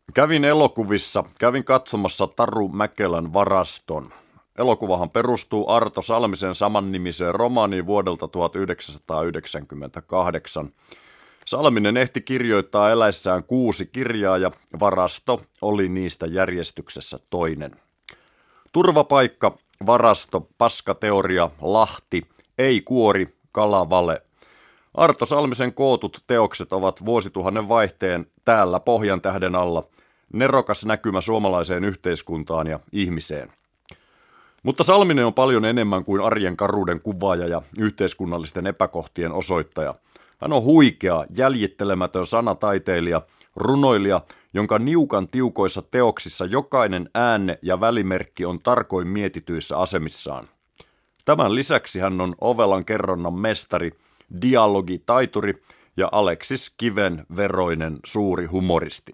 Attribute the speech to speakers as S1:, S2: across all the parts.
S1: Kävin elokuvissa, kävin katsomassa Taru Mäkelän Varaston. Elokuvahan perustuu Arto Salmisen samannimiseen romaaniin vuodelta 1998. Salminen ehti kirjoittaa eläissään 6 kirjaa ja Varasto oli niistä järjestyksessä toinen. Turvapaikka, Varasto, Paskateoria, Lahti, Ei kuori, Kalavale. Arto Salmisen kootut teokset ovat vuosituhannen vaihteen täällä Pohjantähden alla nerokas näkymä suomalaiseen yhteiskuntaan ja ihmiseen. Mutta Salminen on paljon enemmän kuin arjen karuuden kuvaaja ja yhteiskunnallisten epäkohtien osoittaja. Hän on huikea, jäljittelemätön sanataiteilija, runoilija, jonka niukan tiukoissa teoksissa jokainen äänne ja välimerkki on tarkoin mietityissä asemissaan. Tämän lisäksi hän on ovelan kerronnan mestari, dialogitaituri ja Aleksis Kiven veroinen suuri humoristi.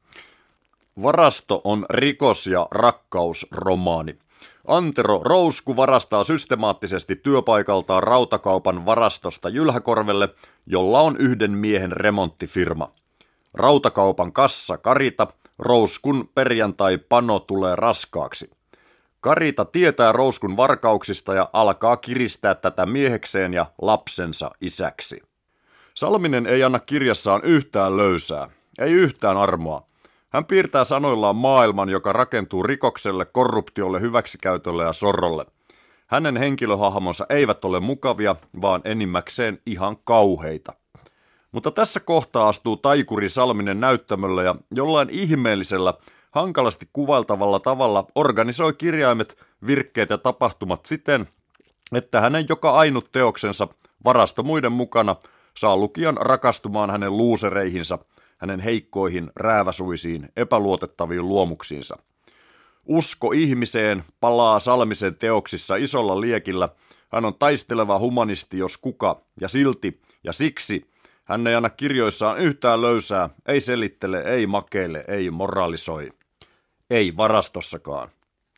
S1: Varasto on rikos- ja rakkausromaani. Antero Rousku varastaa systemaattisesti työpaikaltaan rautakaupan varastosta Jylhäkorvelle, jolla on yhden miehen remonttifirma. Rautakaupan kassa Karita, Rouskun perjantai-pano tulee raskaaksi. Karita tietää Rouskun varkauksista ja alkaa kiristää tätä miehekseen ja lapsensa isäksi. Salminen ei anna kirjassaan yhtään löysää, ei yhtään armoa. Hän piirtää sanoillaan maailman, joka rakentuu rikokselle, korruptiolle, hyväksikäytölle ja sorrolle. Hänen henkilöhahmonsa eivät ole mukavia, vaan enimmäkseen ihan kauheita. Mutta tässä kohtaa astuu taikuri Salminen näyttämölle ja jollain ihmeellisellä, hankalasti kuvailtavalla tavalla organisoi kirjaimet, virkkeet ja tapahtumat siten, että hänen joka ainut teoksensa, Varasto muiden mukana, saa lukijan rakastumaan hänen luusereihinsa, hänen heikkoihin, rääväsuisiin, epäluotettaviin luomuksiinsa. Usko ihmiseen palaa Salmisen teoksissa isolla liekillä. Hän on taisteleva humanisti, jos kuka, ja silti, ja siksi hän ei anna kirjoissaan yhtään löysää, ei selittele, ei makeile, ei moralisoi. Ei Varastossakaan.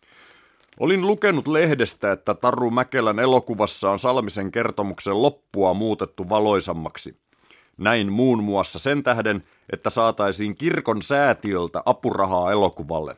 S1: Olin lukenut lehdestä, että Taru Mäkelän elokuvassa on Salmisen kertomuksen loppua muutettu valoisammaksi. Näin muun muassa sen tähden, että saataisiin kirkon säätiöltä apurahaa elokuvalle.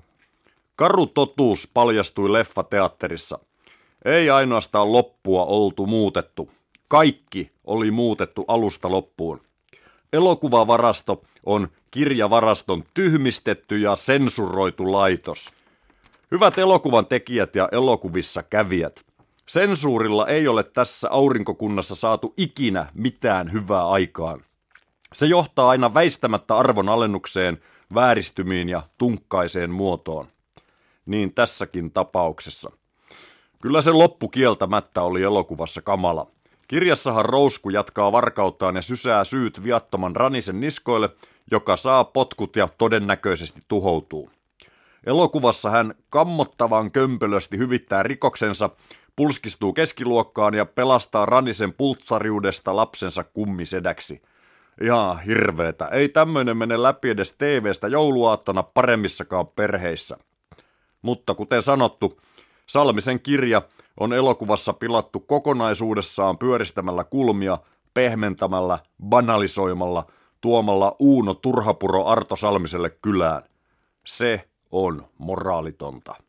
S1: Karu totuus paljastui leffateatterissa. Ei ainoastaan loppua oltu muutettu. Kaikki oli muutettu alusta loppuun. Elokuvavarasto on kirjavaraston tyhmistetty ja sensuroitu laitos. Hyvät elokuvan tekijät ja elokuvissa kävijät. Sensuurilla ei ole tässä aurinkokunnassa saatu ikinä mitään hyvää aikaan. Se johtaa aina väistämättä arvonalennukseen, vääristymiin ja tunkkaiseen muotoon. Niin tässäkin tapauksessa. Kyllä se loppu kieltämättä oli elokuvassa kamala. Kirjassahan Rousku jatkaa varkauttaan ja sysää syyt viattoman Ranisen niskoille, joka saa potkut ja todennäköisesti tuhoutuu. Elokuvassa hän kammottavan kömpelösti hyvittää rikoksensa, pulskistuu keskiluokkaan ja pelastaa Ranisen pultsariudesta lapsensa kummisedäksi. Ihan hirveetä. Ei tämmöinen mene läpi edes TV:stä jouluaattona paremmissakaan perheissä. Mutta kuten sanottu, Salmisen kirja on elokuvassa pilattu kokonaisuudessaan pyöristämällä kulmia, pehmentämällä, banalisoimalla, tuomalla Uuno Turhapuro Arto Salmiselle kylään. Se on moraalitonta.